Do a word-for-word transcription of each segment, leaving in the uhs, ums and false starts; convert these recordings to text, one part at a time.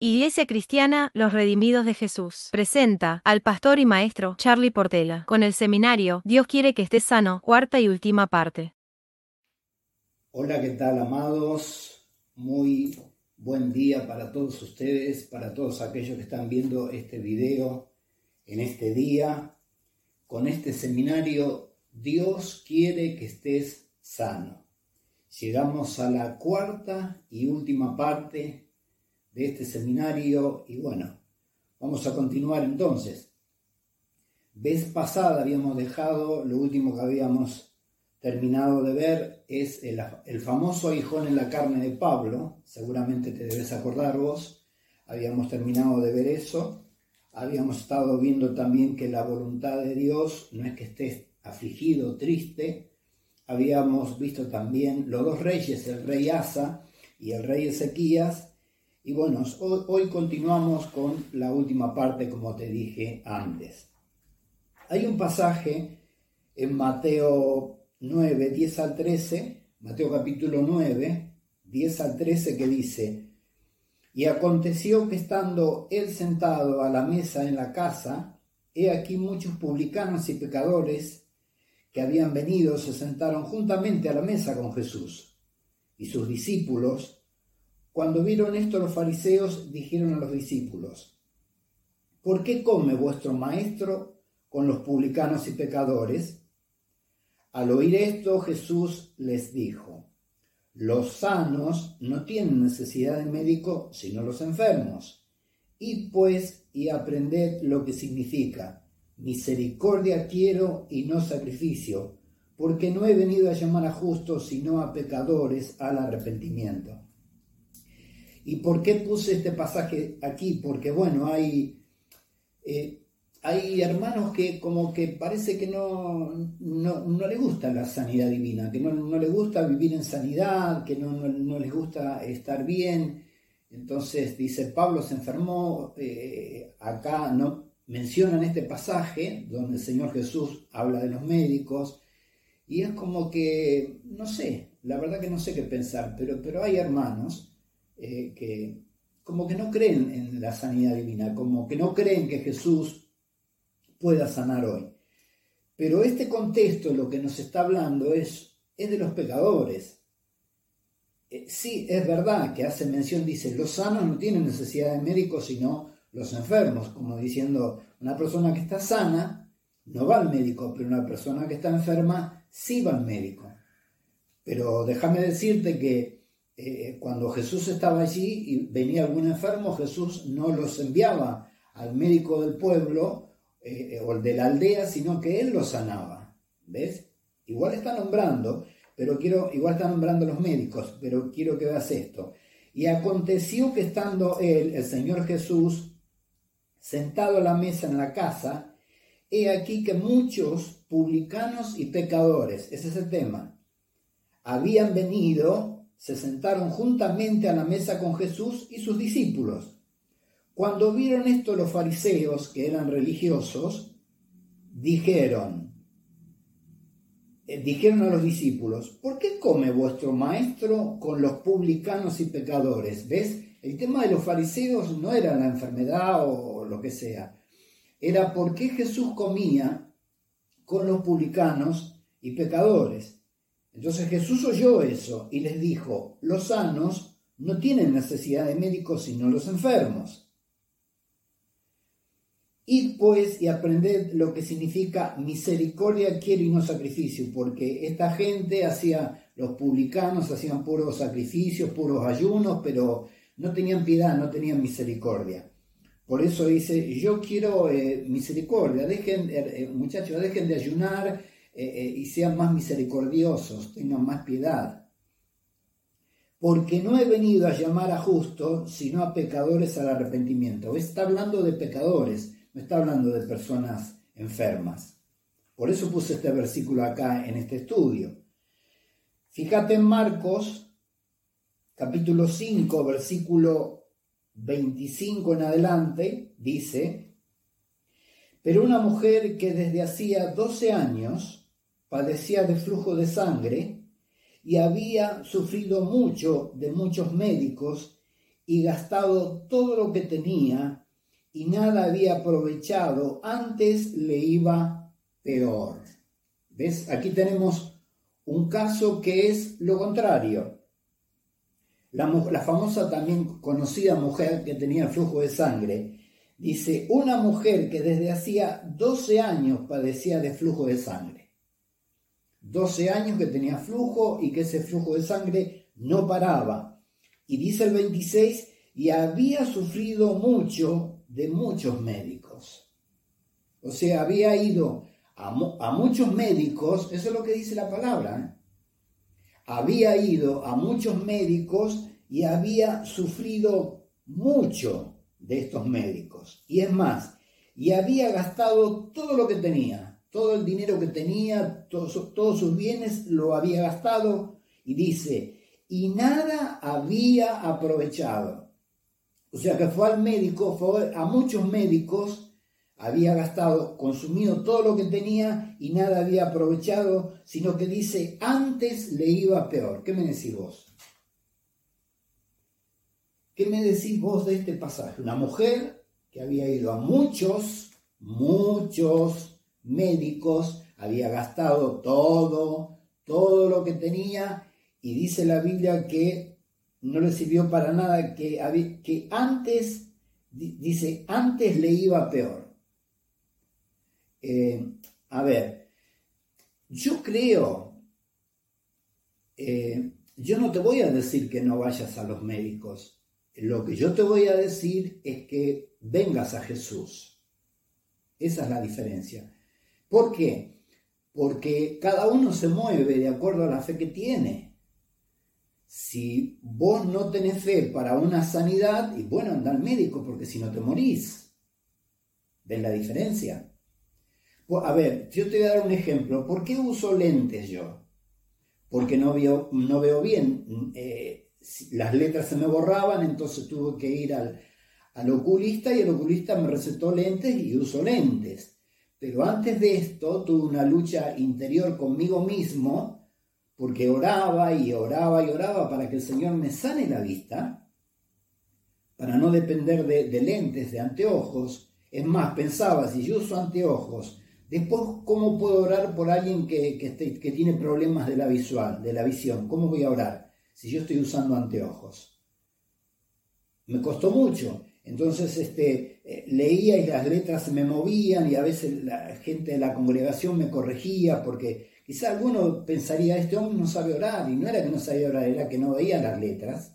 Iglesia Cristiana Los Redimidos de Jesús presenta al pastor y maestro Charlie Portela con el seminario Dios quiere que estés sano, cuarta y última parte. Hola, ¿qué tal, amados? Muy buen día para todos ustedes, para todos aquellos que están viendo este video en este día, con este seminario Dios quiere que estés sano. Llegamos a la cuarta y última parte de este seminario y bueno, vamos a continuar entonces. Vez pasada habíamos dejado, lo último que habíamos terminado de ver es el, el famoso aguijón en la carne de Pablo. Seguramente te debes acordar vos, habíamos terminado de ver eso. Habíamos estado viendo también que la voluntad de Dios no es que estés afligido, triste. Habíamos visto también los dos reyes, el rey Asa y el rey Ezequías. Y bueno, hoy, hoy continuamos con la última parte, como te dije antes. Hay un pasaje en Mateo nueve, diez al trece, Mateo capítulo nueve, diez al trece, que dice: Y aconteció que estando él sentado a la mesa en la casa, he aquí muchos publicanos y pecadores que habían venido se sentaron juntamente a la mesa con Jesús. Y sus discípulos, cuando vieron esto, los fariseos dijeron a los discípulos: ¿Por qué come vuestro maestro con los publicanos y pecadores? Al oír esto, Jesús les dijo: Los sanos no tienen necesidad de médico, sino los enfermos. Id pues y aprended lo que significa: misericordia quiero y no sacrificio, porque no he venido a llamar a justos, sino a pecadores al arrepentimiento. ¿Y por qué puse este pasaje aquí? Porque bueno, hay, eh, hay hermanos que como que parece que no, no, no les gusta la sanidad divina, que no, no les gusta vivir en sanidad, que no, no, no les gusta estar bien. Entonces dice, Pablo se enfermó, eh, acá no mencionan este pasaje donde el Señor Jesús habla de los médicos, y es como que, no sé, la verdad que no sé qué pensar, pero, pero hay hermanos Eh, que como que no creen en la sanidad divina, como que no creen que Jesús pueda sanar hoy. Pero este contexto lo que nos está hablando es, es de los pecadores. Eh, sí, es verdad que hace mención, dice, los sanos no tienen necesidad de médicos, sino los enfermos, como diciendo, una persona que está sana no va al médico, pero una persona que está enferma sí va al médico. Pero déjame decirte que Eh, cuando Jesús estaba allí y venía algún enfermo, Jesús no los enviaba al médico del pueblo eh, o el de la aldea, sino que él los sanaba. ¿Ves? Igual está nombrando, pero quiero, igual está nombrando los médicos, pero quiero que veas esto. Y aconteció que estando él, el Señor Jesús, sentado a la mesa en la casa, he aquí que muchos publicanos y pecadores, ese es el tema, habían venido, se sentaron juntamente a la mesa con Jesús y sus discípulos. Cuando vieron esto los fariseos, que eran religiosos, dijeron, eh, dijeron a los discípulos: ¿por qué come vuestro maestro con los publicanos y pecadores? ¿Ves? El tema de los fariseos no era la enfermedad o lo que sea. Era por qué Jesús comía con los publicanos y pecadores. Entonces Jesús oyó eso y les dijo: los sanos no tienen necesidad de médicos, sino los enfermos. Id pues y aprended lo que significa misericordia quiero y no sacrificio, porque esta gente hacía, los publicanos hacían puros sacrificios, puros ayunos, pero no tenían piedad, no tenían misericordia. Por eso dice, yo quiero eh, misericordia, dejen, eh, muchachos, dejen de ayunar, Eh, eh, y sean más misericordiosos, tengan más piedad. Porque no he venido a llamar a justos, sino a pecadores al arrepentimiento. Está hablando de pecadores, no está hablando de personas enfermas. Por eso puse este versículo acá en este estudio. Fíjate en Marcos, capítulo cinco, versículo veinticinco en adelante, dice: Pero una mujer que desde hacía doce años padecía de flujo de sangre y había sufrido mucho de muchos médicos y gastado todo lo que tenía y nada había aprovechado, antes le iba peor. ¿Ves? Aquí tenemos un caso que es lo contrario. La, la famosa también conocida mujer que tenía flujo de sangre, dice, una mujer que desde hacía doce años padecía de flujo de sangre. doce años que tenía flujo y que ese flujo de sangre no paraba. Y dice el veintiséis, y había sufrido mucho de muchos médicos. O sea, había ido a, a muchos médicos, eso es lo que dice la palabra, ¿eh? Había ido a muchos médicos y había sufrido mucho de estos médicos. Y es más, y había gastado todo lo que tenía, todo el dinero que tenía, todos, todos sus bienes lo había gastado, y dice, y nada había aprovechado. O sea que fue al médico, fue a muchos médicos, había gastado, consumido todo lo que tenía y nada había aprovechado, sino que dice, antes le iba peor. ¿Qué me decís vos? ¿Qué me decís vos de este pasaje? Una mujer que había ido a muchos, muchos médicos, había gastado todo, todo lo que tenía, y dice la Biblia que no le sirvió para nada, que, que antes, dice, antes le iba peor. Eh, a ver, yo creo, eh, yo no te voy a decir que no vayas a los médicos. Lo que yo te voy a decir es que vengas a Jesús. Esa es la diferencia. ¿Por qué? Porque cada uno se mueve de acuerdo a la fe que tiene. Si vos no tenés fe para una sanidad, y bueno, anda al médico, porque si no te morís. ¿Ves la diferencia? A ver, yo te voy a dar un ejemplo. ¿Por qué uso lentes yo? Porque no veo, no veo bien. Eh, las letras se me borraban, entonces tuve que ir al, al oculista, y el oculista me recetó lentes y uso lentes. Pero antes de esto tuve una lucha interior conmigo mismo, porque oraba y oraba y oraba para que el Señor me sane la vista, para no depender de, de lentes, de anteojos. Es más, pensaba, si yo uso anteojos, después, ¿cómo puedo orar por alguien que, que, esté, que tiene problemas de la visual, de la visión? ¿Cómo voy a orar si yo estoy usando anteojos? Me costó mucho. Entonces este, eh, leía y las letras se me movían, y a veces la gente de la congregación me corregía, porque quizá alguno pensaría, este hombre no sabe orar, y no era que no sabía orar, era que no veía las letras.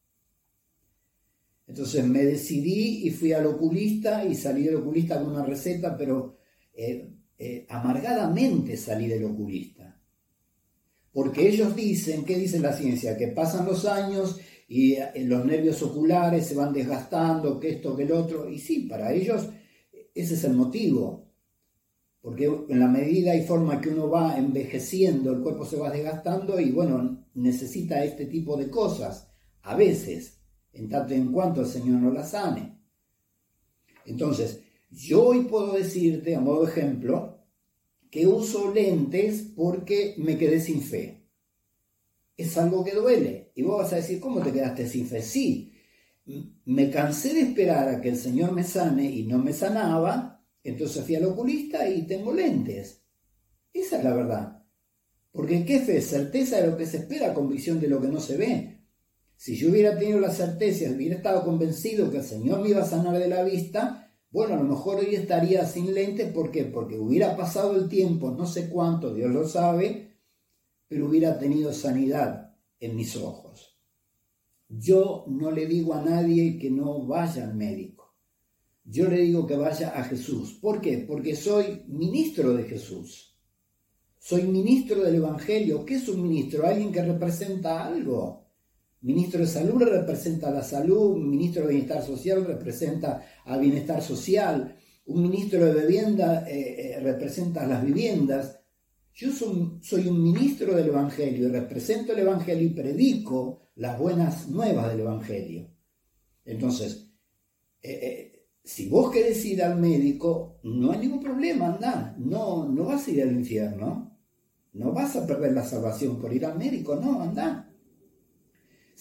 Entonces me decidí y fui al oculista, y salí del oculista con una receta, pero eh, eh, amargadamente salí del oculista. Porque ellos dicen, ¿qué dice la ciencia? Que pasan los años y eh, los nervios oculares se van desgastando, que esto, que el otro. Y sí, para ellos ese es el motivo. Porque en la medida y forma que uno va envejeciendo, el cuerpo se va desgastando y bueno, necesita este tipo de cosas. A veces, en tanto y en cuanto el Señor no la sane. Entonces, yo hoy puedo decirte, a modo de ejemplo, que uso lentes porque me quedé sin fe. Es algo que duele. Y vos vas a decir, ¿cómo te quedaste sin fe? Sí, me cansé de esperar a que el Señor me sane y no me sanaba, entonces fui al oculista y tengo lentes. Esa es la verdad. Porque ¿qué fe? Certeza de lo que se espera, convicción de lo que no se ve. Si yo hubiera tenido la certeza, hubiera estado convencido que el Señor me iba a sanar de la vista, bueno, a lo mejor hoy estaría sin lentes. ¿Por qué? Porque hubiera pasado el tiempo, no sé cuánto, Dios lo sabe, pero hubiera tenido sanidad en mis ojos. Yo no le digo a nadie que no vaya al médico. Yo le digo que vaya a Jesús. ¿Por qué? Porque soy ministro de Jesús. Soy ministro del Evangelio. ¿Qué es un ministro? Alguien que representa algo. Ministro de Salud representa la salud, un ministro de Bienestar Social representa al bienestar social, un ministro de Vivienda eh, eh, representa las viviendas. Yo soy, soy un ministro del Evangelio y represento el Evangelio y predico las buenas nuevas del Evangelio. Entonces, eh, eh, si vos querés ir al médico, no hay ningún problema, anda, no, no vas a ir al infierno, no vas a perder la salvación por ir al médico, no, anda.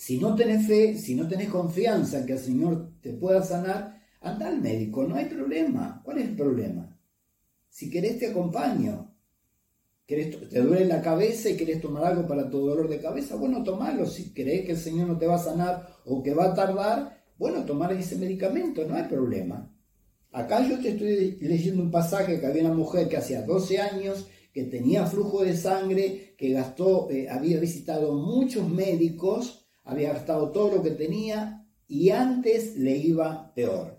Si no tenés fe, si no tenés confianza en que el Señor te pueda sanar, anda al médico, no hay problema. ¿Cuál es el problema? Si querés te acompaño. ¿Querés, te duele la cabeza y querés tomar algo para tu dolor de cabeza? Bueno, tomalo. Si crees que el Señor no te va a sanar o que va a tardar, bueno, tomar ese medicamento, no hay problema. Acá yo te estoy leyendo un pasaje que había una mujer que hacía doce años, que tenía flujo de sangre, que gastó, eh, había visitado muchos médicos, había gastado todo lo que tenía y antes le iba peor.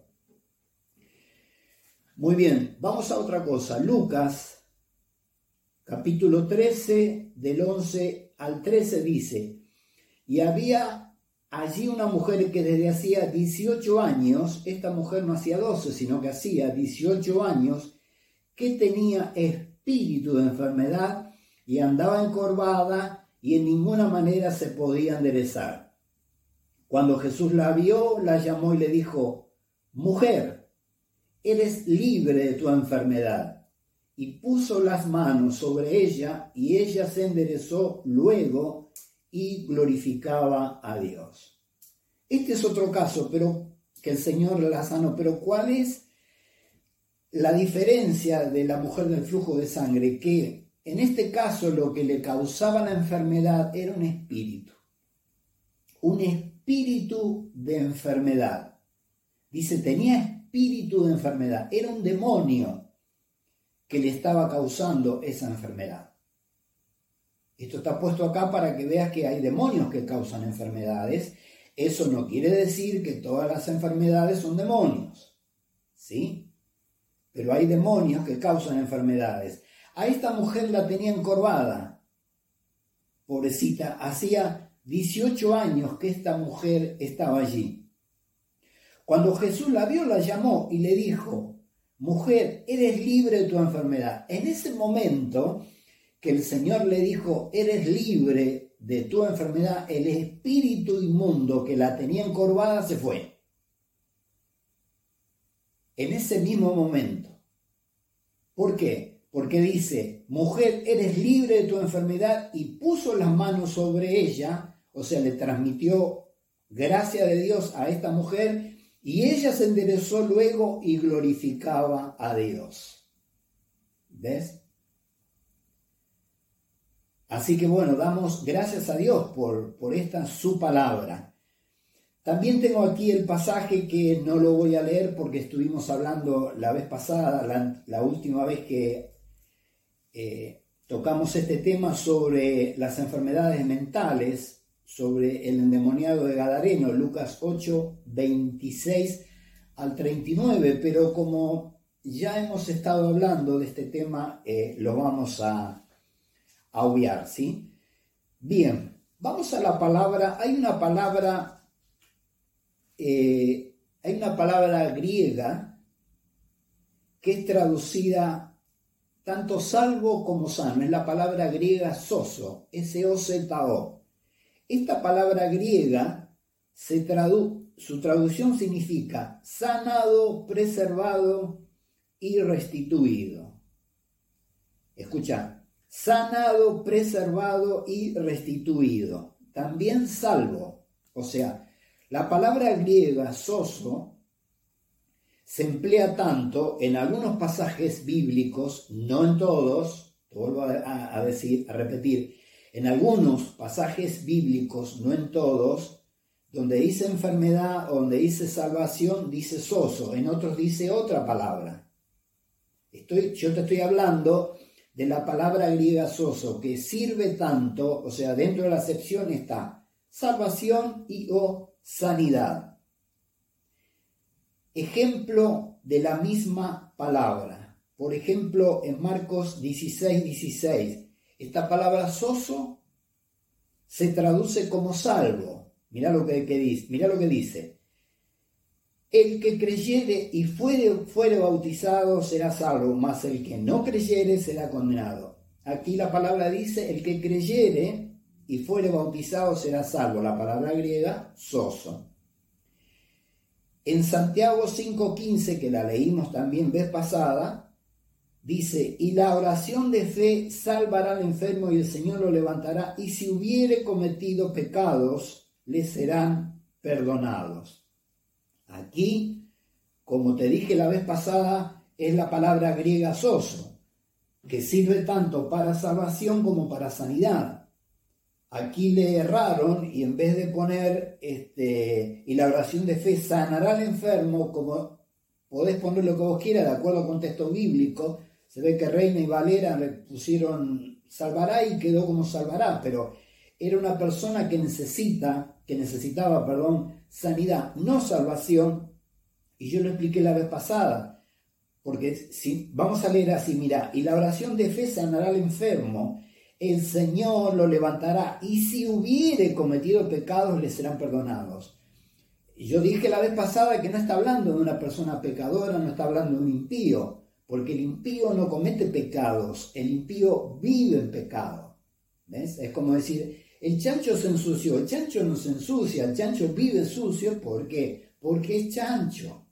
Muy bien, vamos a otra cosa. Lucas, capítulo trece, del once al trece dice, y había allí una mujer que desde hacía dieciocho años, esta mujer no hacía doce, sino que hacía dieciocho años, que tenía espíritu de enfermedad y andaba encorvada y en ninguna manera se podía enderezar. Cuando Jesús la vio, la llamó y le dijo, mujer, eres libre de tu enfermedad. Y puso las manos sobre ella y ella se enderezó luego y glorificaba a Dios. Este es otro caso, pero que el Señor la sanó. Pero ¿cuál es la diferencia de la mujer del flujo de sangre? Que en este caso lo que le causaba la enfermedad era un espíritu. Un espíritu de enfermedad. Dice, tenía espíritu de enfermedad. Era un demonio que le estaba causando esa enfermedad. Esto está puesto acá para que veas que hay demonios que causan enfermedades. Eso no quiere decir que todas las enfermedades son demonios, ¿sí? Pero hay demonios que causan enfermedades. A esta mujer la tenía encorvada. Pobrecita, hacía dieciocho años que esta mujer estaba allí. Cuando Jesús la vio, la llamó y le dijo, mujer, eres libre de tu enfermedad. En ese momento que el Señor le dijo, eres libre de tu enfermedad, el espíritu inmundo que la tenía encorvada se fue. En ese mismo momento. ¿Por qué? Porque dice, mujer, eres libre de tu enfermedad, y puso las manos sobre ella, o sea, le transmitió gracia de Dios a esta mujer, y ella se enderezó luego y glorificaba a Dios. ¿Ves? Así que bueno, damos gracias a Dios por, por esta su palabra. También tengo aquí el pasaje que no lo voy a leer porque estuvimos hablando la vez pasada, la, la última vez que eh, tocamos este tema sobre las enfermedades mentales, sobre el endemoniado de Gadareno, Lucas ocho, veintiséis al treinta y nueve, pero como ya hemos estado hablando de este tema, eh, lo vamos a a obviar, ¿sí? Bien, vamos a la palabra, hay una palabra, eh, hay una palabra griega que es traducida tanto salvo como sano, es la palabra griega sozo, S O Z O. Esta palabra griega, se tradu- su traducción significa sanado, preservado y restituido. Escucha. Sanado, preservado y restituido. También salvo. O sea, la palabra griega sozo se emplea tanto en algunos pasajes bíblicos, no en todos, te vuelvo a, a decir, a repetir, en algunos pasajes bíblicos, no en todos, donde dice enfermedad o donde dice salvación, dice sozo, en otros dice otra palabra. Estoy, yo te estoy hablando de la palabra griega sozo, que sirve tanto, o sea, dentro de la acepción está salvación y o sanidad. Ejemplo de la misma palabra. Por ejemplo, en Marcos dieciséis, dieciséis, esta palabra sozo se traduce como salvo. Mirá lo que, que dice, mirá lo que dice. El que creyere y fuere, fuere bautizado será salvo, mas el que no creyere será condenado. Aquí la palabra dice, el que creyere y fuere bautizado será salvo. La palabra griega, sozo. En Santiago cinco quince, que la leímos también vez pasada, dice, y la oración de fe salvará al enfermo y el Señor lo levantará, y si hubiere cometido pecados, les serán perdonados. Aquí, como te dije la vez pasada, es la palabra griega sozo, que sirve tanto para salvación como para sanidad. Aquí le erraron y en vez de poner este, y la oración de fe sanará al enfermo, como podés poner lo que vos quieras de acuerdo al contexto bíblico, se ve que Reina y Valera le pusieron salvará y quedó como salvará, pero era una persona que necesita, que necesitaba, perdón, sanidad, no salvación, y yo lo expliqué la vez pasada, porque si vamos a leer así, mira, y la oración de fe sanará al enfermo, el Señor lo levantará, y si hubiere cometido pecados le serán perdonados. Y yo dije la vez pasada que no está hablando de una persona pecadora, no está hablando de un impío, porque el impío no comete pecados, el impío vive en pecado. ¿Ves? Es como decir, el chancho se ensució, el chancho no se ensucia, el chancho vive sucio, ¿por qué? Porque es chancho.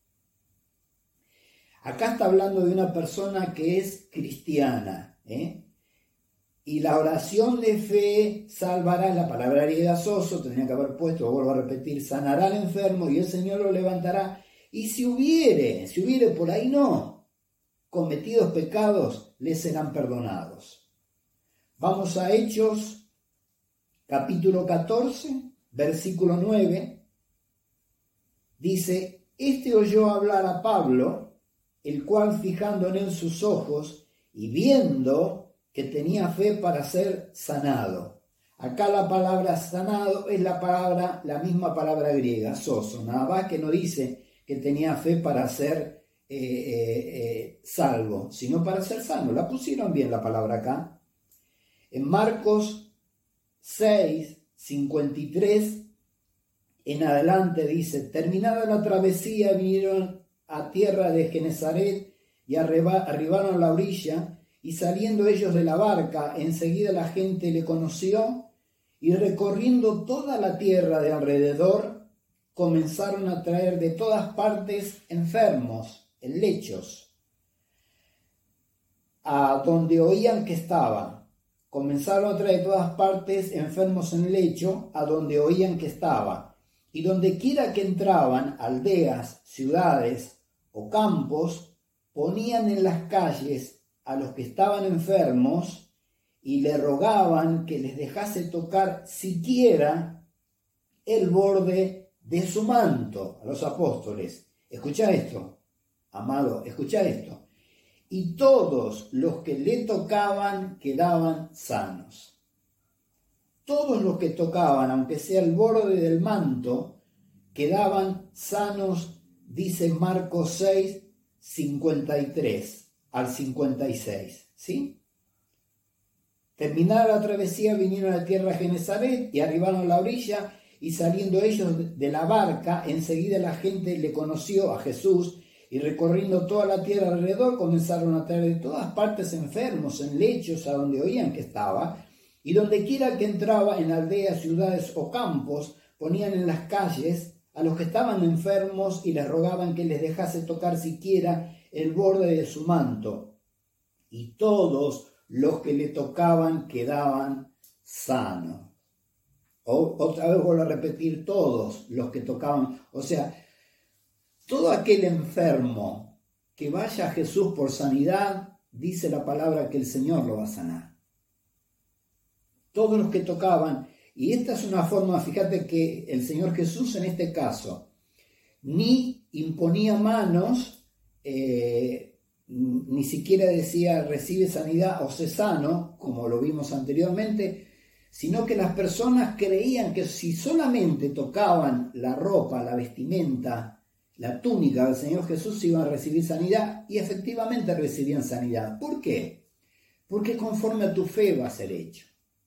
Acá está hablando de una persona que es cristiana, ¿eh? Y la oración de fe salvará, la palabra griega sozo, tendría que haber puesto, vuelvo a repetir, sanará al enfermo y el Señor lo levantará. Y si hubiere, si hubiere por ahí no, cometidos pecados, les serán perdonados. Vamos a Hechos, capítulo catorce, versículo nueve. Dice, este oyó hablar a Pablo, el cual fijando en él sus ojos y viendo que tenía fe para ser sanado. Acá la palabra sanado es la palabra, la misma palabra griega, sozo, nada más que no dice que tenía fe para ser eh, eh, eh, salvo, sino para ser sano. La pusieron bien la palabra acá. En Marcos seis, cincuenta y tres en adelante dice, terminada la travesía vinieron a tierra de Genezaret y arriba, arribaron a la orilla. Y saliendo ellos de la barca, enseguida la gente le conoció, y recorriendo toda la tierra de alrededor, comenzaron a traer de todas partes enfermos en lechos, a donde oían que estaba. Comenzaron a traer de todas partes enfermos en lecho, a donde oían que estaba. Y donde quiera que entraban, aldeas, ciudades o campos, ponían en las calles a los que estaban enfermos y le rogaban que les dejase tocar siquiera el borde de su manto, a los apóstoles. Escucha esto, amado, escucha esto. Y todos los que le tocaban quedaban sanos. Todos los que tocaban, aunque sea el borde del manto, quedaban sanos, dice Marcos seis, cincuenta y tres. Al cincuenta y seis, ¿sí? Terminada la travesía vinieron a la tierra de Genezaret y arribaron a la orilla y saliendo ellos de la barca, enseguida la gente le conoció a Jesús y recorriendo toda la tierra alrededor comenzaron a traer de todas partes enfermos en lechos a donde oían que estaba y donde quiera que entraba en aldeas, ciudades o campos ponían en las calles a los que estaban enfermos y les rogaban que les dejase tocar siquiera el borde de su manto, y todos los que le tocaban quedaban sanos. O, otra vez vuelvo a repetir, todos los que tocaban, o sea, todo aquel enfermo que vaya a Jesús por sanidad, dice la palabra que el Señor lo va a sanar. Todos los que tocaban, y esta es una forma, fíjate que el Señor Jesús en este caso, ni imponía manos, Eh, ni siquiera decía recibe sanidad o sé sano, como lo vimos anteriormente, sino que las personas creían que si solamente tocaban la ropa, la vestimenta, la túnica del Señor Jesús iban a recibir sanidad, y efectivamente recibían sanidad. ¿Por qué? Porque conforme a tu fe va a ser hecho.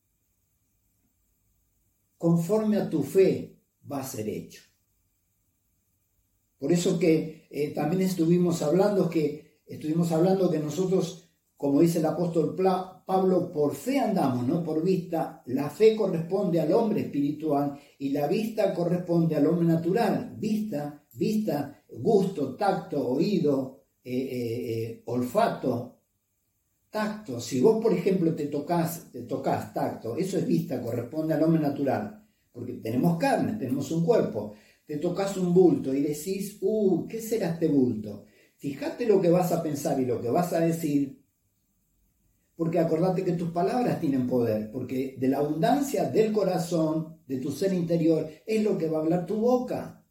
Conforme a tu fe va a ser hecho. Por eso que eh, también estuvimos hablando que estuvimos hablando que nosotros, como dice el apóstol Pablo, por fe andamos, no por vista. La fe corresponde al hombre espiritual y la vista corresponde al hombre natural. Vista, vista, gusto, tacto, oído, eh, eh, eh, olfato, tacto. Si vos, por ejemplo, te tocas, te tocas tacto, eso es vista, corresponde al hombre natural. porque tenemos carne, tenemos un cuerpo. Te tocas un bulto y decís, uh, ¿qué será este bulto? Fíjate lo que vas a pensar y lo que vas a decir, porque acordate que tus palabras tienen poder, porque de la abundancia del corazón, de tu ser interior, es lo que va a hablar tu boca.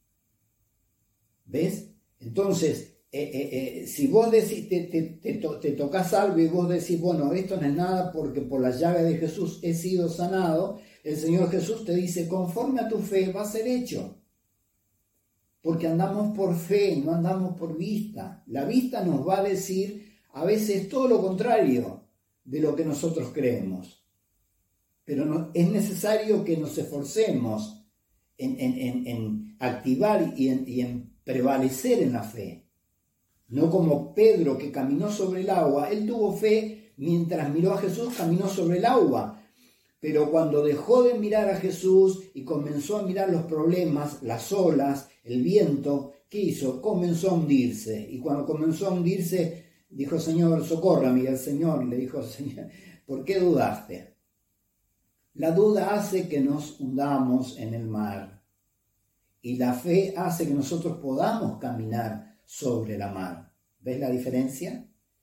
¿Ves? Entonces, eh, eh, eh, si vos decís, te, te, te, to, te tocas algo y vos decís, bueno, esto no es nada porque por la llaga de Jesús he sido sanado, el Señor Jesús te dice, conforme a tu fe va a ser hecho. Porque andamos por fe, no andamos por vista. La vista nos va a decir a veces todo lo contrario de lo que nosotros creemos. Pero no, es necesario que nos esforcemos en, en, en, en activar y en, y en prevalecer en la fe. No como Pedro, que caminó sobre el agua. Él tuvo fe mientras miró a Jesús, caminó sobre el agua. Pero cuando dejó de mirar a Jesús y comenzó a mirar los problemas, las olas, el viento, ¿qué hizo? Comenzó a hundirse. Y cuando comenzó a hundirse, dijo, Señor, socórrame. Y el Señor le dijo, Señor, ¿por qué dudaste? La duda hace que nos hundamos en el mar. Y la fe hace que nosotros podamos caminar sobre la mar. ¿Ves la diferencia?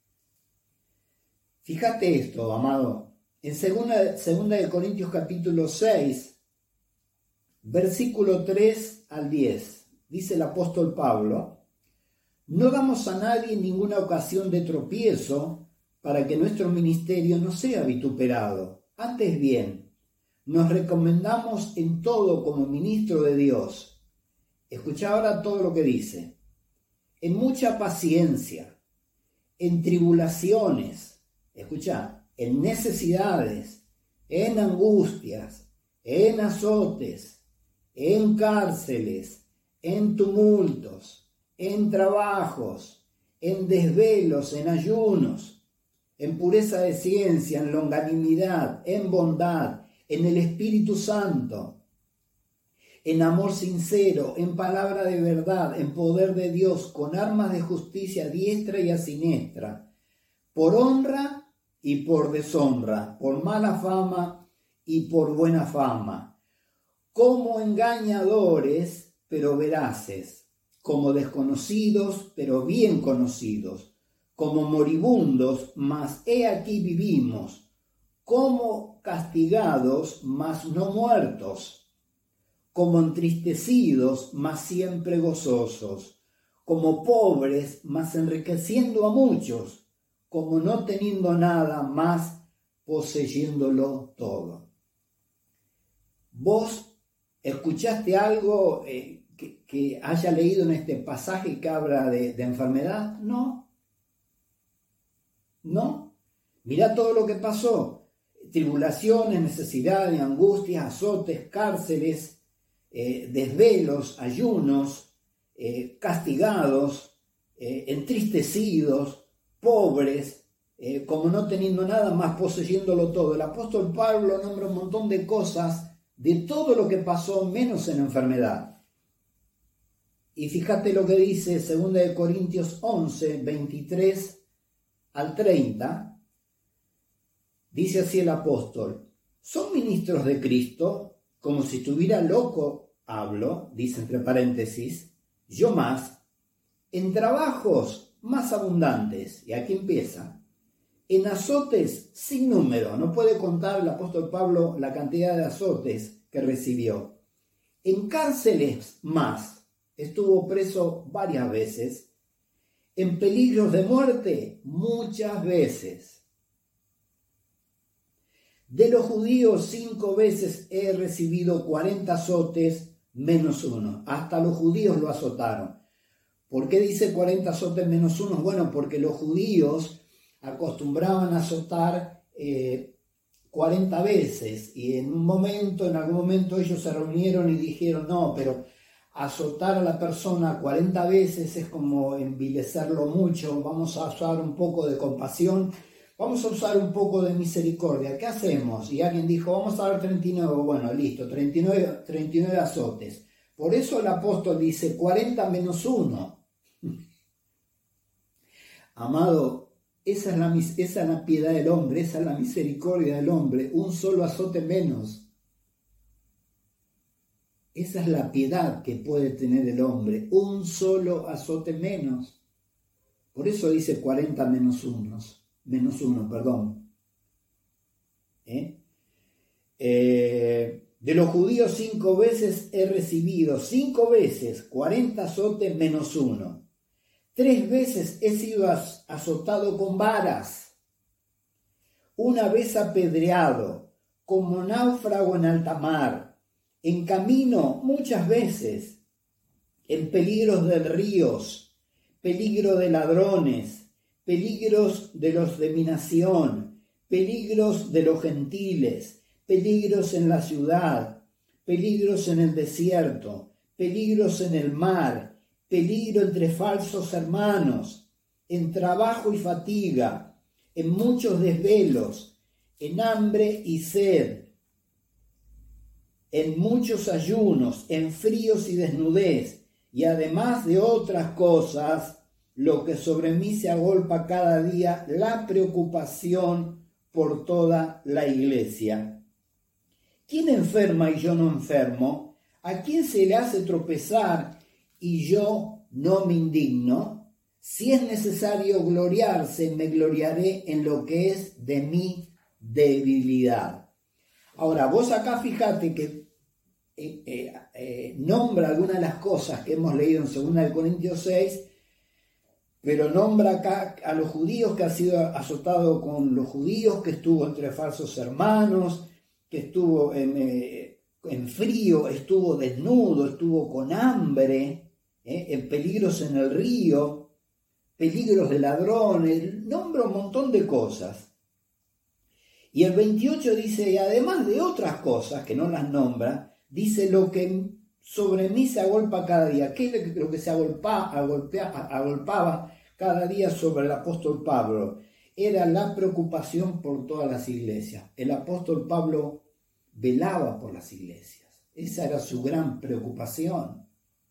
Fíjate esto, amado. En segunda, segunda de Corintios capítulo seis, versículo tres al diez, dice el apóstol Pablo, no damos a nadie ninguna ocasión de tropiezo para que nuestro ministerio no sea vituperado. Antes bien, nos recomendamos en todo como ministro de Dios. Escucha ahora todo lo que dice. En mucha paciencia, en tribulaciones, escucha, en necesidades, en angustias, en azotes, en cárceles, en tumultos, en trabajos, en desvelos, en ayunos, en pureza de ciencia, en longanimidad, en bondad, en el Espíritu Santo, en amor sincero, en palabra de verdad, en poder de Dios, con armas de justicia a diestra y a siniestra, por honra y por deshonra, por mala fama y por buena fama, como engañadores, pero veraces, como desconocidos, pero bien conocidos, como moribundos, mas he aquí vivimos, como castigados, mas no muertos, como entristecidos, mas siempre gozosos, como pobres, mas enriqueciendo a muchos, como no teniendo nada, más poseyéndolo todo. ¿Vos escuchaste algo eh, que, que haya leído en este pasaje que habla de, de enfermedad? No. No. Mirá todo lo que pasó. Tribulaciones, necesidades, angustias, azotes, cárceles, eh, desvelos, ayunos, eh, castigados, eh, entristecidos, pobres, eh, como no teniendo nada, más poseyéndolo todo. El apóstol Pablo nombra un montón de cosas de todo lo que pasó, menos en enfermedad. Y fíjate lo que dice segunda de Corintios once, veintitrés al treinta. Dice así el apóstol, ¿son ministros de Cristo? Como si estuviera loco, hablo, dice entre paréntesis, yo más, en trabajos más abundantes, y aquí empieza, en azotes sin número, no puede contar el apóstol Pablo la cantidad de azotes que recibió, en cárceles más, estuvo preso varias veces, en peligros de muerte muchas veces. De los judíos cinco veces he recibido cuarenta azotes menos uno, hasta los judíos lo azotaron. ¿Por qué dice cuarenta azotes menos uno? Bueno, porque los judíos acostumbraban a azotar eh, cuarenta veces y en un momento, en algún momento ellos se reunieron y dijeron, no, pero azotar a la persona cuarenta veces es como envilecerlo mucho, vamos a usar un poco de compasión, vamos a usar un poco de misericordia, ¿qué hacemos? Y alguien dijo, vamos a dar treinta y nueve, bueno, listo, treinta y nueve, treinta y nueve azotes. Por eso el apóstol dice cuarenta menos uno. Amado, esa es, la, esa es la piedad del hombre, esa es la misericordia del hombre, un solo azote menos. Esa es la piedad que puede tener el hombre, un solo azote menos. Por eso dice cuarenta menos uno, menos uno, perdón. ¿Eh? Eh, de los judíos cinco veces he recibido, cinco veces, cuarenta azotes menos uno. Tres veces he sido azotado con varas, una vez apedreado, como náufrago en alta mar, en camino muchas veces, en peligros de ríos, peligro de ladrones, peligros de los de mi nación, peligros de los gentiles, peligros en la ciudad, peligros en el desierto, peligros en el mar, peligro entre falsos hermanos, en trabajo y fatiga, en muchos desvelos, en hambre y sed, en muchos ayunos, en fríos y desnudez, y además de otras cosas, lo que sobre mí se agolpa cada día, la preocupación por toda la iglesia. ¿Quién enferma y yo no enfermo? ¿A quién se le hace tropezar y yo no me indigno? Si es necesario gloriarse, me gloriaré en lo que es de mi debilidad. Ahora, vos acá fíjate que eh, eh, eh, nombra algunas de las cosas que hemos leído en segunda de Corintios seis, pero nombra acá a los judíos, que ha sido azotado con los judíos, que estuvo entre falsos hermanos, que estuvo en, eh, en frío, estuvo desnudo, estuvo con hambre, eh, en peligros en el río, peligros de ladrones, nombra un montón de cosas. Y el veintiocho dice, y además de otras cosas que no las nombra, dice lo que sobre mí se agolpa cada día. ¿Qué es lo que se agolpa, agolpea, agolpaba cada día sobre el apóstol Pablo? Era la preocupación por todas las iglesias. El apóstol Pablo velaba por las iglesias. Esa era su gran preocupación.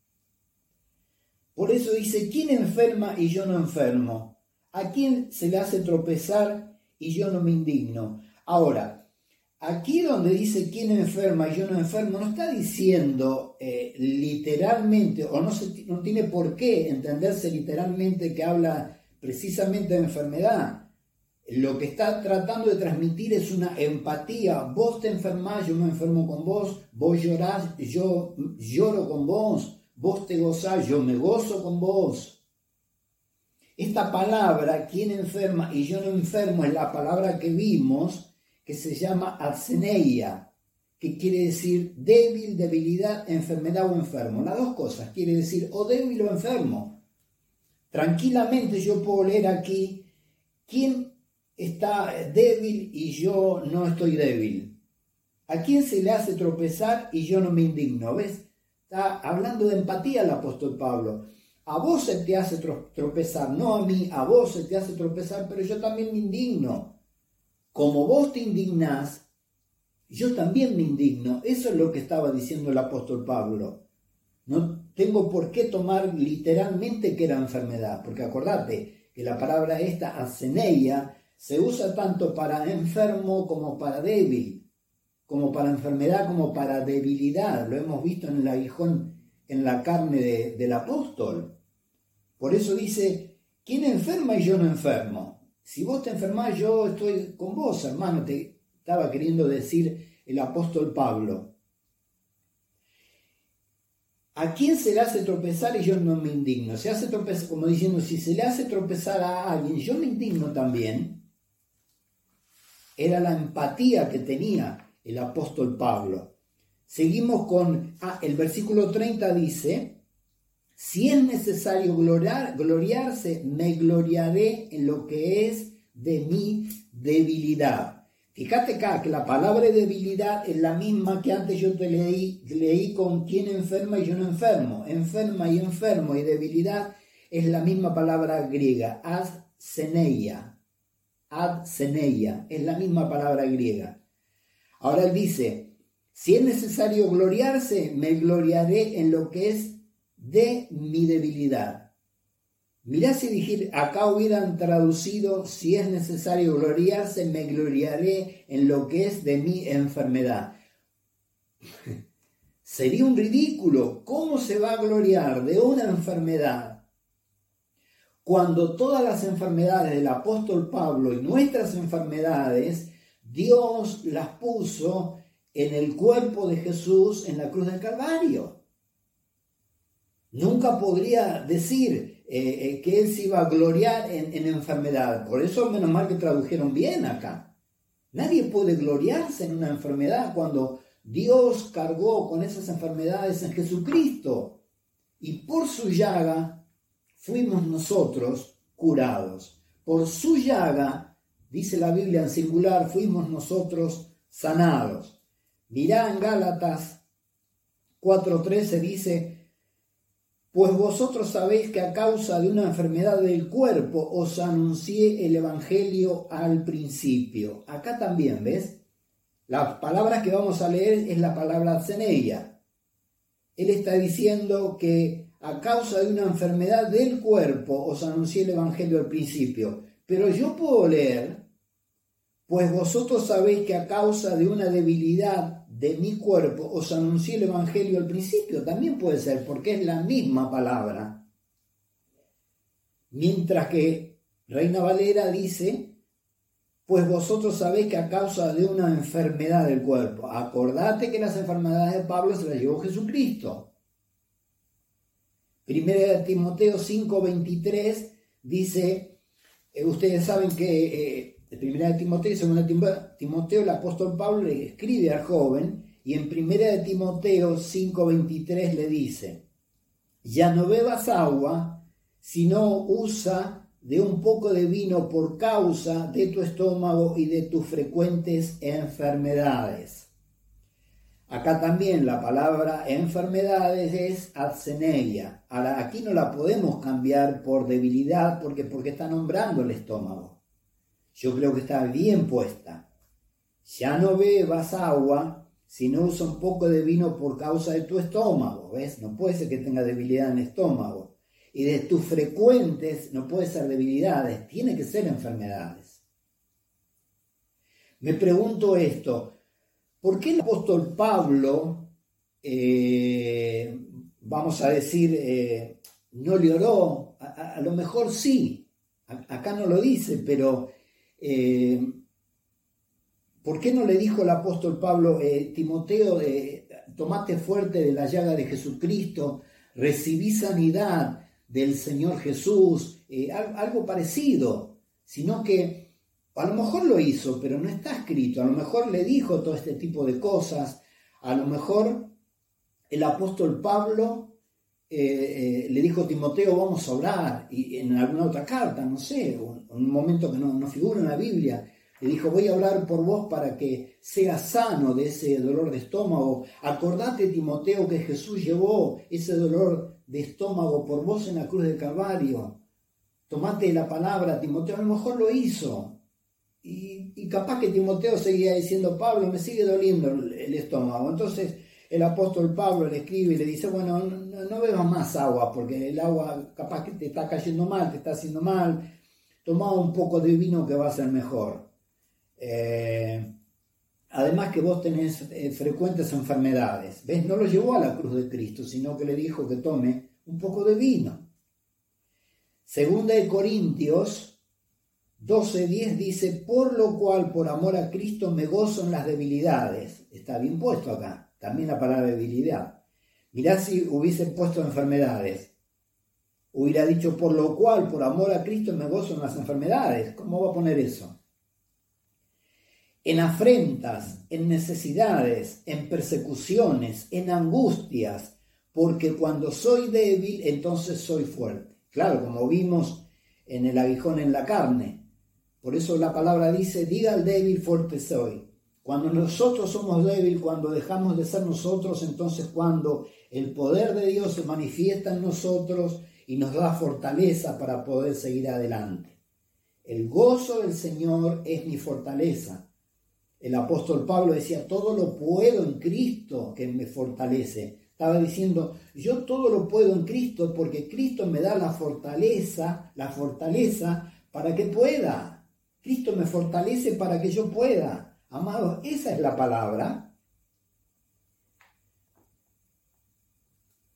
Por eso dice, ¿quién enferma y yo no enfermo? ¿A quién se le hace tropezar y yo no me indigno? Ahora, aquí donde dice quién enferma y yo no enfermo, no está diciendo eh, literalmente, o no, se, no tiene por qué entenderse literalmente que habla precisamente de enfermedad. Lo que está tratando de transmitir es una empatía. Vos te enfermás, yo me enfermo con vos, vos llorás, yo lloro con vos, vos te gozás, yo me gozo con vos. Esta palabra, quién enferma y yo no enfermo, es la palabra que vimos, que se llama asceneia, que quiere decir débil, debilidad, enfermedad o enfermo. Las dos cosas, quiere decir o débil o enfermo. Tranquilamente yo puedo leer aquí, ¿quién está débil y yo no estoy débil? ¿A quién se le hace tropezar y yo no me indigno? ¿Ves? Está hablando de empatía el apóstol Pablo. A vos se te hace tropezar, no a mí, a vos se te hace tropezar, pero yo también me indigno. Como vos te indignás, yo también me indigno. Eso es lo que estaba diciendo el apóstol Pablo. No tengo por qué tomar literalmente que era enfermedad, porque acordate que la palabra esta, asceneia, se usa tanto para enfermo como para débil, como para enfermedad, como para debilidad. Lo hemos visto en el aguijón, en la carne de, del apóstol. Por eso dice, ¿quién enferma y yo no enfermo? Si vos te enfermás, yo estoy con vos, hermano, te estaba queriendo decir el apóstol Pablo. ¿A quién se le hace tropezar y yo no me indigno? Se hace tropezar, como diciendo, si se le hace tropezar a alguien, yo me indigno también. Era la empatía que tenía el apóstol Pablo. Seguimos con, ah, el versículo treinta dice, si es necesario gloriar, gloriarse, me gloriaré en lo que es de mi debilidad. Fíjate acá que la palabra debilidad es la misma que antes yo te leí, leí con quién enferma y yo no enfermo. Enferma y enfermo y debilidad es la misma palabra griega, asceneia. Asceneia, es la misma palabra griega. Ahora él dice, si es necesario gloriarse, me gloriaré en lo que es de mi debilidad. Mirá si dijir, acá hubieran traducido, si es necesario gloriarse, me gloriaré en lo que es de mi enfermedad. Sería un ridículo. ¿Cómo se va a gloriar de una enfermedad cuando todas las enfermedades del apóstol Pablo y nuestras enfermedades, Dios las puso en el cuerpo de Jesús en la cruz del Calvario? Nunca podría decir eh, eh, que Él se iba a gloriar en, en enfermedad. Por eso menos mal que tradujeron bien acá. Nadie puede gloriarse en una enfermedad cuando Dios cargó con esas enfermedades en Jesucristo. Y por su llaga fuimos nosotros curados. Por su llaga, dice la Biblia en singular, fuimos nosotros sanados. Mirá en Gálatas cuatro trece dice: pues vosotros sabéis que a causa de una enfermedad del cuerpo os anuncié el evangelio al principio. Acá también, ¿ves? Las palabras que vamos a leer es la palabra Zeneia. Él está diciendo que a causa de una enfermedad del cuerpo os anuncié el evangelio al principio. Pero yo puedo leer: pues vosotros sabéis que a causa de una debilidad de mi cuerpo os anuncié el evangelio al principio. También puede ser, porque es la misma palabra. Mientras que Reina Valera dice: pues vosotros sabéis que a causa de una enfermedad del cuerpo. Acordate que las enfermedades de Pablo se las llevó Jesucristo. Primera de Timoteo cinco veintitrés dice, eh, ustedes saben que eh, Primera de Timoteo y Segunda de Timoteo, el apóstol Pablo le escribe al joven, y en Primera de Timoteo cinco veintitrés le dice: ya no bebas agua, sino usa de un poco de vino por causa de tu estómago y de tus frecuentes enfermedades. Acá también la palabra enfermedades es abseneia. Ahora, aquí no la podemos cambiar por debilidad porque, porque está nombrando el estómago. Yo creo que está bien puesta. Ya no bebas agua, sino usa un poco de vino por causa de tu estómago. ¿Ves? No puede ser que tenga debilidad en el estómago. Y de tus frecuentes, no puede ser debilidades, tiene que ser enfermedades. Me pregunto esto: ¿por qué el apóstol Pablo, eh, vamos a decir, eh, no le oró? A, a, a lo mejor sí, a, acá no lo dice, pero eh, ¿por qué no le dijo el apóstol Pablo, eh, Timoteo, eh, tomate fuerte de la llaga de Jesucristo, recibí sanidad del Señor Jesús, eh, algo parecido? Sino que a lo mejor lo hizo, pero no está escrito. A lo mejor le dijo todo este tipo de cosas. A lo mejor el apóstol Pablo eh, eh, le dijo a Timoteo: vamos a orar, y en alguna otra carta, no sé, o en un momento que no, no figura en la Biblia, le dijo: voy a orar por vos para que seas sano de ese dolor de estómago. Acordate, Timoteo, que Jesús llevó ese dolor de estómago por vos en la cruz del Calvario. Tomate la palabra, Timoteo. A lo mejor lo hizo. Y, y capaz que Timoteo seguía diciendo: Pablo, me sigue doliendo el, el estómago. Entonces el apóstol Pablo le escribe y le dice: bueno, no, no bebas más agua, porque el agua capaz que te está cayendo mal, te está haciendo mal. Toma un poco de vino que va a ser mejor. Eh, además que vos tenés eh, frecuentes enfermedades. ¿Ves? No lo llevó a la cruz de Cristo, sino que le dijo que tome un poco de vino. Segunda de Corintios doce diez dice: por lo cual, por amor a Cristo, me gozo en las debilidades. Está bien puesto acá, también la palabra debilidad. Mirá si hubiese puesto enfermedades. Hubiera dicho: por lo cual, por amor a Cristo, me gozo en las enfermedades. ¿Cómo va a poner eso? En afrentas, en necesidades, en persecuciones, en angustias, porque cuando soy débil, entonces soy fuerte. Claro, como vimos en el aguijón en la carne. Por eso la palabra dice: diga al débil, fuerte soy. Cuando nosotros somos débiles, cuando dejamos de ser nosotros, entonces cuando el poder de Dios se manifiesta en nosotros y nos da fortaleza para poder seguir adelante. El gozo del Señor es mi fortaleza. El apóstol Pablo decía: todo lo puedo en Cristo que me fortalece. Estaba diciendo: yo todo lo puedo en Cristo porque Cristo me da la fortaleza, la fortaleza para que pueda. Cristo me fortalece para que yo pueda. Amados, esa es la palabra.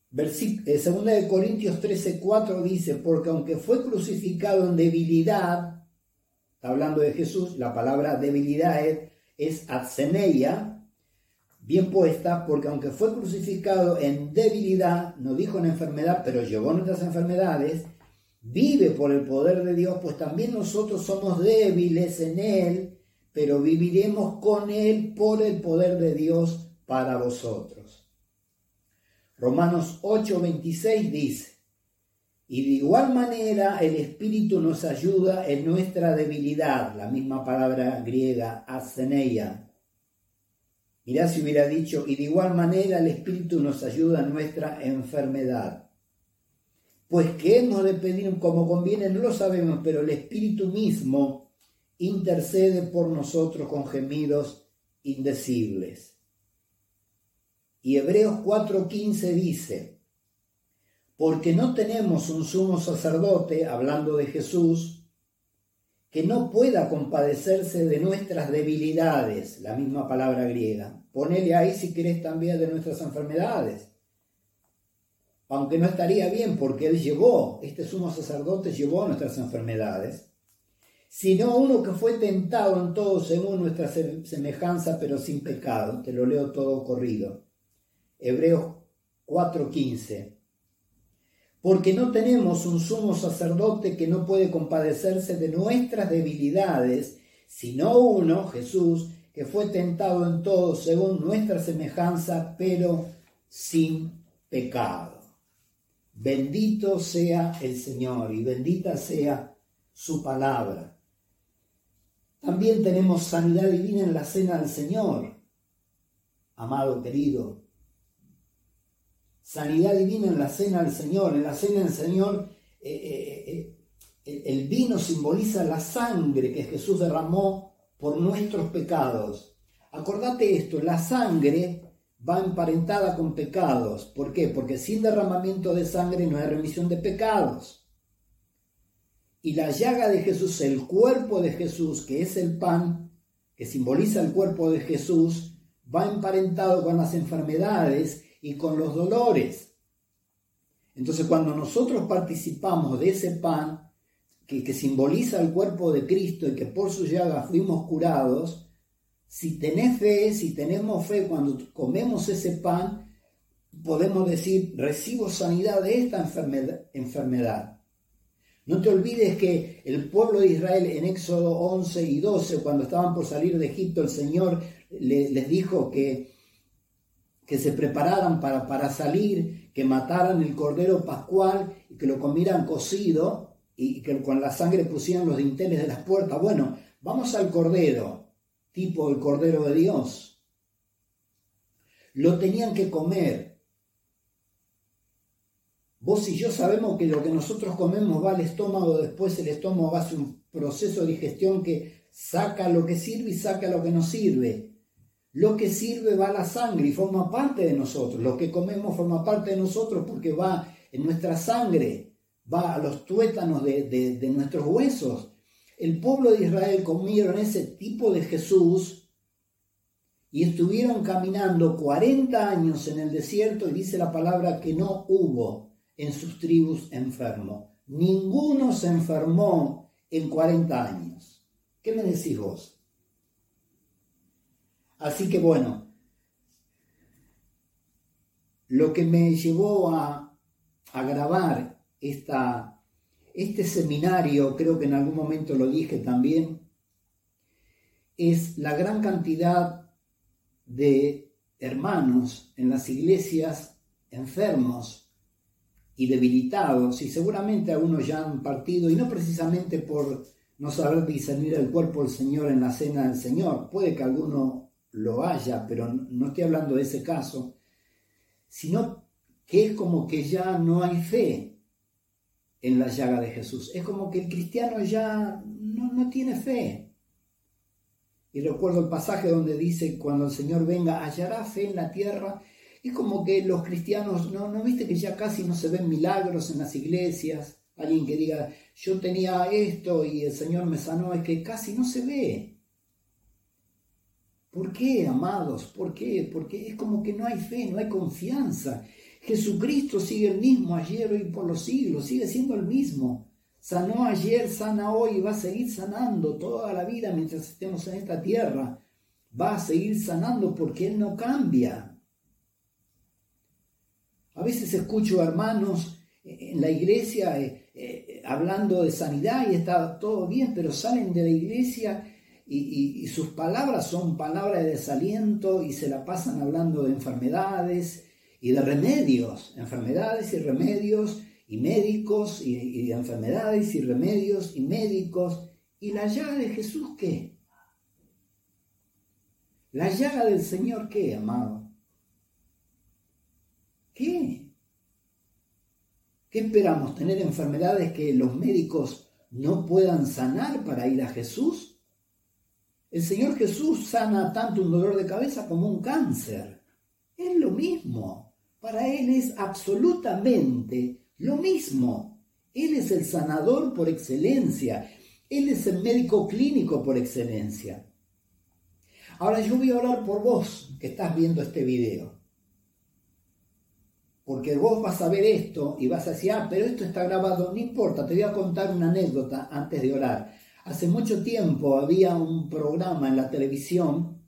Segunda de Corintios trece, cuatro dice, porque aunque fue crucificado en debilidad, está hablando de Jesús, la palabra debilidad es, es atseneia, bien puesta, porque aunque fue crucificado en debilidad, no dijo en enfermedad, pero llevó nuestras enfermedades, vive por el poder de Dios, pues también nosotros somos débiles en Él, pero viviremos con Él por el poder de Dios para vosotros. Romanos ocho, veintiséis dice, y de igual manera el Espíritu nos ayuda en nuestra debilidad, la misma palabra griega, astheneia. Mirá si hubiera dicho, y de igual manera el Espíritu nos ayuda en nuestra enfermedad. Pues que hemos de pedir como conviene, no lo sabemos, pero el Espíritu mismo intercede por nosotros con gemidos indecibles. Y Hebreos cuatro quince dice, porque no tenemos un sumo sacerdote, hablando de Jesús, que no pueda compadecerse de nuestras debilidades, la misma palabra griega. Ponele ahí si querés también de nuestras enfermedades. Aunque no estaría bien porque él llevó, este sumo sacerdote llevó nuestras enfermedades, sino uno que fue tentado en todo según nuestra semejanza, pero sin pecado. Te lo leo todo corrido. Hebreos cuatro quince. Porque no tenemos un sumo sacerdote que no puede compadecerse de nuestras debilidades, sino uno, Jesús, que fue tentado en todo según nuestra semejanza, pero sin pecado. Bendito sea el Señor y bendita sea su palabra. También tenemos sanidad divina en la cena del Señor, amado querido. Sanidad divina en la cena del Señor. En la cena del Señor eh, eh, eh, el vino simboliza la sangre que Jesús derramó por nuestros pecados. Acordate esto, la sangre va emparentada con pecados. ¿Por qué? Porque sin derramamiento de sangre no hay remisión de pecados. Y la llaga de Jesús, el cuerpo de Jesús, que es el pan, que simboliza el cuerpo de Jesús, va emparentado con las enfermedades y con los dolores. Entonces, cuando nosotros participamos de ese pan, que, que simboliza el cuerpo de Cristo y que por su llaga fuimos curados, si tenés fe, si tenemos fe, cuando comemos ese pan, podemos decir, recibo sanidad de esta enfermedad. enfermedad. No te olvides que el pueblo de Israel en Éxodo once y doce, cuando estaban por salir de Egipto, el Señor le, les dijo que, que se prepararan para, para salir, que mataran el cordero pascual y que lo comieran cocido y que con la sangre pusieran los dinteles de las puertas. Bueno, vamos al cordero, tipo el cordero de Dios. Lo tenían que comer. Vos y yo sabemos que lo que nosotros comemos va al estómago, después el estómago hace un proceso de digestión que saca lo que sirve y saca lo que no sirve. Lo que sirve va a la sangre y forma parte de nosotros. Lo que comemos forma parte de nosotros porque va en nuestra sangre, va a los tuétanos de, de, de nuestros huesos. El pueblo de Israel comieron ese tipo de Jesús y estuvieron caminando cuarenta años en el desierto y dice la palabra que no hubo en sus tribus enfermo. Ninguno se enfermó en cuarenta años. ¿Qué me decís vos? Así que bueno, lo que me llevó a, a grabar esta, este seminario, creo que en algún momento lo dije también, es la gran cantidad de hermanos en las iglesias enfermos y debilitados, y seguramente algunos ya han partido, y no precisamente por no saber discernir el cuerpo del Señor en la cena del Señor, puede que alguno lo haya, pero no estoy hablando de ese caso, sino que es como que ya no hay fe en la llaga de Jesús, es como que el cristiano ya no, no tiene fe. Y recuerdo el pasaje donde dice, cuando el Señor venga, ¿hallará fe en la tierra? Es como que los cristianos, ¿no, ¿no viste que ya casi no se ven milagros en las iglesias? Alguien que diga, yo tenía esto y el Señor me sanó, es que casi no se ve. ¿Por qué, amados? ¿Por qué? Porque es como que no hay fe, no hay confianza. Jesucristo sigue el mismo ayer, hoy, por los siglos, sigue siendo el mismo. Sanó ayer, sana hoy y va a seguir sanando toda la vida mientras estemos en esta tierra. Va a seguir sanando porque Él no cambia. A veces escucho hermanos en la iglesia eh, eh, hablando de sanidad y está todo bien, pero salen de la iglesia y, y, y sus palabras son palabras de desaliento y se la pasan hablando de enfermedades y de remedios, enfermedades y remedios y médicos y, y de enfermedades y remedios y médicos. ¿Y la llaga de Jesús qué? ¿La llaga del Señor qué, amado? ¿Qué? ¿Qué esperamos? ¿Tener enfermedades que los médicos no puedan sanar para ir a Jesús? El Señor Jesús sana tanto un dolor de cabeza como un cáncer. Es lo mismo. Para Él es absolutamente lo mismo. Él es el sanador por excelencia. Él es el médico clínico por excelencia. Ahora yo voy a orar por vos que estás viendo este video. Porque vos vas a ver esto y vas a decir, ah, pero esto está grabado, no importa, te voy a contar una anécdota antes de orar. Hace mucho tiempo había un programa en la televisión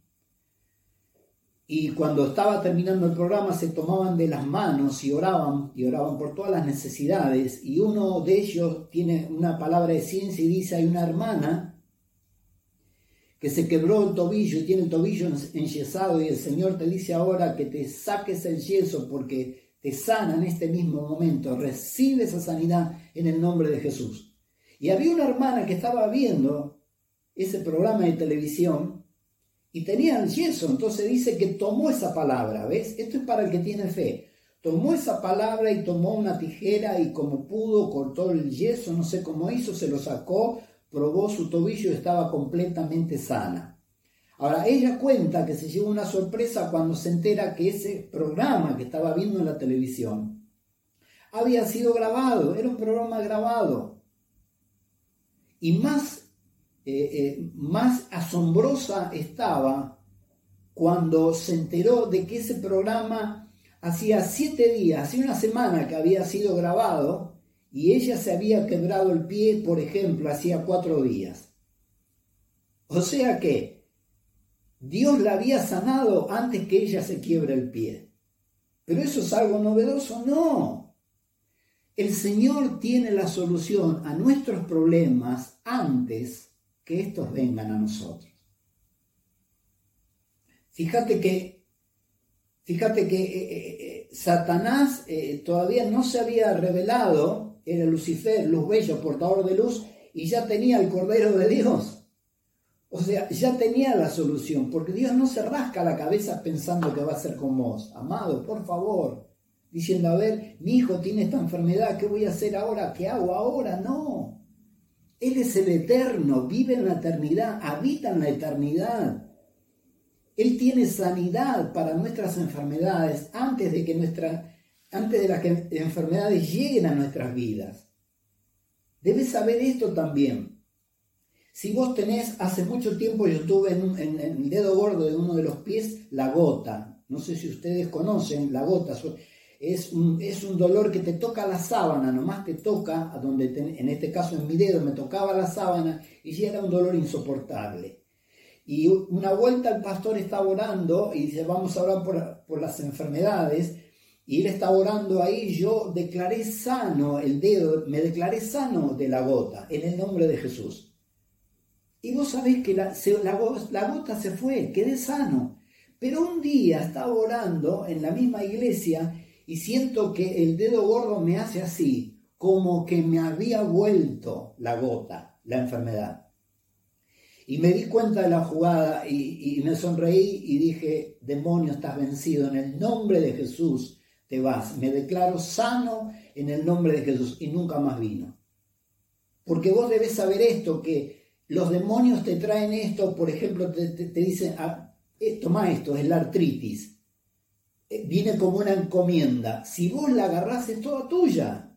y cuando estaba terminando el programa se tomaban de las manos y oraban, y oraban por todas las necesidades, y uno de ellos tiene una palabra de ciencia y dice, hay una hermana que se quebró el tobillo y tiene el tobillo enyesado y el Señor te dice ahora que te saques el yeso porque te sana en este mismo momento, recibe esa sanidad en el nombre de Jesús. Y había una hermana que estaba viendo ese programa de televisión y tenía el yeso, entonces dice que tomó esa palabra, ¿ves? Esto es para el que tiene fe. Tomó esa palabra y tomó una tijera y como pudo cortó el yeso, no sé cómo hizo, se lo sacó, probó su tobillo y estaba completamente sana. Ahora, ella cuenta que se llevó una sorpresa cuando se entera que ese programa que estaba viendo en la televisión había sido grabado, era un programa grabado. Y más, eh, eh, más asombrosa estaba cuando se enteró de que ese programa hacía siete días, hacía una semana que había sido grabado y ella se había quebrado el pie, por ejemplo, hacía cuatro días. O sea que Dios la había sanado antes que ella se quiebre el pie. ¿Pero eso es algo novedoso? No. El Señor tiene la solución a nuestros problemas antes que estos vengan a nosotros. Fíjate que, fíjate que eh, eh, Satanás eh, todavía no se había revelado, era Lucifer, luz bella, portador de luz, y ya tenía el Cordero de Dios. O sea, ya tenía la solución, porque Dios no se rasca la cabeza pensando que va a ser con vos. Amado, por favor, diciendo, a ver, mi hijo tiene esta enfermedad, ¿qué voy a hacer ahora? ¿Qué hago ahora? No. Él es el eterno, vive en la eternidad, habita en la eternidad. Él tiene sanidad para nuestras enfermedades antes de que nuestra, antes de las que enfermedades lleguen a nuestras vidas. Debes saber esto también. Si vos tenés, hace mucho tiempo yo tuve en, en, en el dedo gordo de uno de los pies la gota. No sé si ustedes conocen la gota. Es un, es un dolor que te toca la sábana, nomás te toca, a donde te, en este caso en mi dedo me tocaba la sábana y ya era un dolor insoportable. Y una vuelta el pastor estaba orando y dice, vamos a orar por, por las enfermedades. Y él estaba orando ahí, yo declaré sano el dedo, me declaré sano de la gota, en el nombre de Jesús. Y vos sabés que la, se, la, la gota se fue, quedé sano. Pero un día estaba orando en la misma iglesia y siento que el dedo gordo me hace así, como que me había vuelto la gota, la enfermedad. Y me di cuenta de la jugada y, y me sonreí y dije, demonio, estás vencido, en el nombre de Jesús te vas. Me declaro sano en el nombre de Jesús y nunca más vino. Porque vos debés saber esto, que los demonios te traen esto, por ejemplo, te, te, te dicen, ah, eh, toma esto, es la artritis. Eh, viene como una encomienda. Si vos la agarrás, es toda tuya.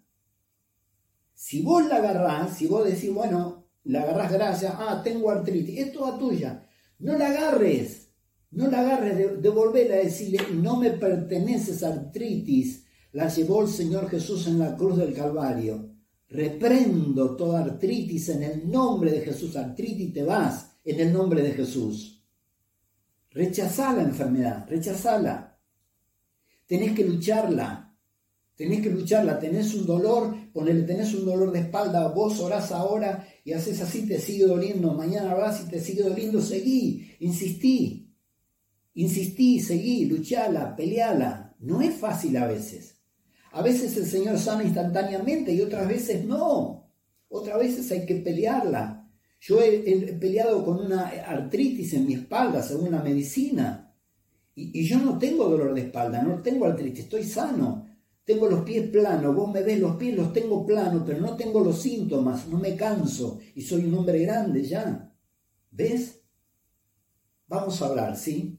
Si vos la agarrás, si vos decís, bueno, la agarrás gracias, ah, tengo artritis, es toda tuya. No la agarres, no la agarres, devolverla, decirle, no me pertenece esa artritis, la llevó el Señor Jesús en la cruz del Calvario. Reprendo toda artritis en el nombre de Jesús. Artritis, te vas en el nombre de Jesús. Rechazá la enfermedad, rechazala. Tenés que lucharla, tenés que lucharla. Tenés un dolor, ponele, tenés un dolor de espalda, vos orás ahora y haces así, te sigue doliendo. Mañana vas y te sigue doliendo, seguí, insistí, insistí, seguí, luchala, peleala. No es fácil a veces. A veces el Señor sana instantáneamente y otras veces no. Otras veces hay que pelearla. Yo he, he peleado con una artritis en mi espalda según la medicina. Y, y yo no tengo dolor de espalda, no tengo artritis, estoy sano. Tengo los pies planos, vos me ves los pies, los tengo planos, pero no tengo los síntomas, no me canso y soy un hombre grande ya. ¿Ves? Vamos a hablar, ¿sí?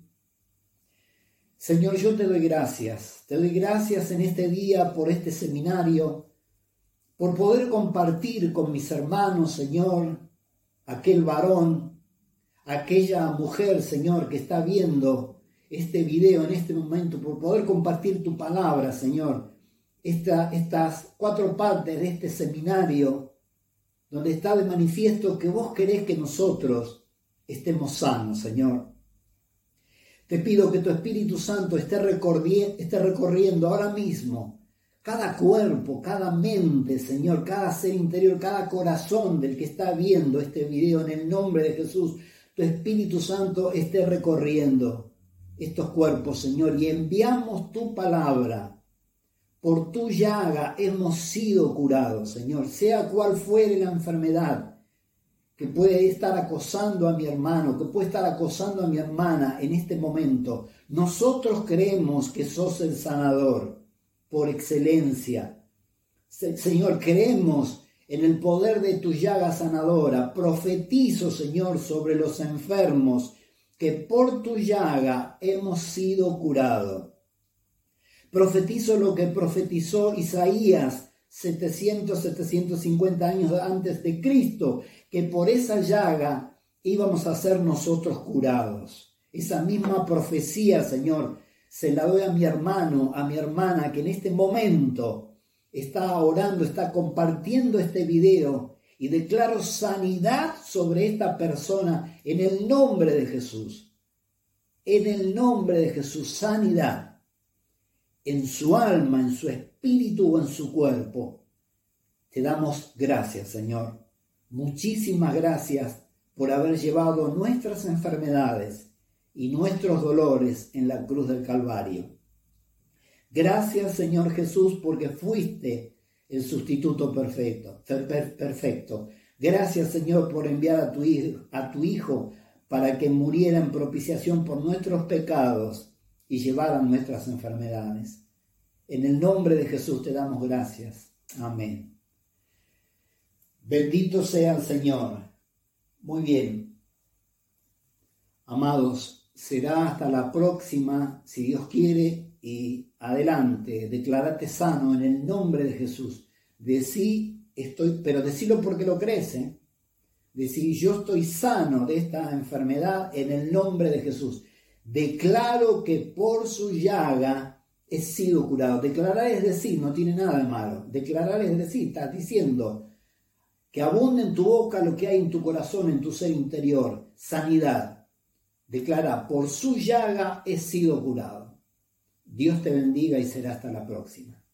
Señor, yo te doy gracias, te doy gracias en este día por este seminario, por poder compartir con mis hermanos, Señor, aquel varón, aquella mujer, Señor, que está viendo este video en este momento, por poder compartir tu palabra, Señor, esta, estas cuatro partes de este seminario, donde está de manifiesto que vos querés que nosotros estemos sanos, Señor. Te pido que tu Espíritu Santo esté recorriendo, esté recorriendo ahora mismo cada cuerpo, cada mente, Señor, cada ser interior, cada corazón del que está viendo este video en el nombre de Jesús. Tu Espíritu Santo esté recorriendo estos cuerpos, Señor, y enviamos tu palabra. Por tu llaga hemos sido curados, Señor, sea cual fuere la enfermedad que puede estar acosando a mi hermano, que puede estar acosando a mi hermana en este momento. Nosotros creemos que sos el sanador por excelencia. Señor, creemos en el poder de tu llaga sanadora. Profetizo, Señor, sobre los enfermos, que por tu llaga hemos sido curados. Profetizo lo que profetizó Isaías setecientos, setecientos cincuenta años antes de Cristo, que por esa llaga íbamos a ser nosotros curados. Esa misma profecía, Señor, se la doy a mi hermano, a mi hermana, que en este momento está orando, está compartiendo este video, y declaro sanidad sobre esta persona en el nombre de Jesús. En el nombre de Jesús, sanidad. En su alma, en su espíritu o en su cuerpo. Te damos gracias, Señor. Muchísimas gracias por haber llevado nuestras enfermedades y nuestros dolores en la cruz del Calvario. Gracias, Señor Jesús, porque fuiste el sustituto perfecto. perfecto. Gracias, Señor, por enviar a tu, a tu Hijo para que muriera en propiciación por nuestros pecados y llevaran nuestras enfermedades. En el nombre de Jesús te damos gracias. Amén. Bendito sea el Señor. Muy bien. Amados, será hasta la próxima, si Dios quiere, y adelante. Declárate sano en el nombre de Jesús. Decí, estoy, pero decilo porque lo crees, ¿eh? Decí, yo estoy sano de esta enfermedad en el nombre de Jesús. Declaro que por su llaga he sido curado. Declarar es decir, no tiene nada de malo. Declarar es decir, estás diciendo que abunde en tu boca lo que hay en tu corazón, en tu ser interior. Sanidad. Declara, por su llaga he sido curado. Dios te bendiga y será hasta la próxima.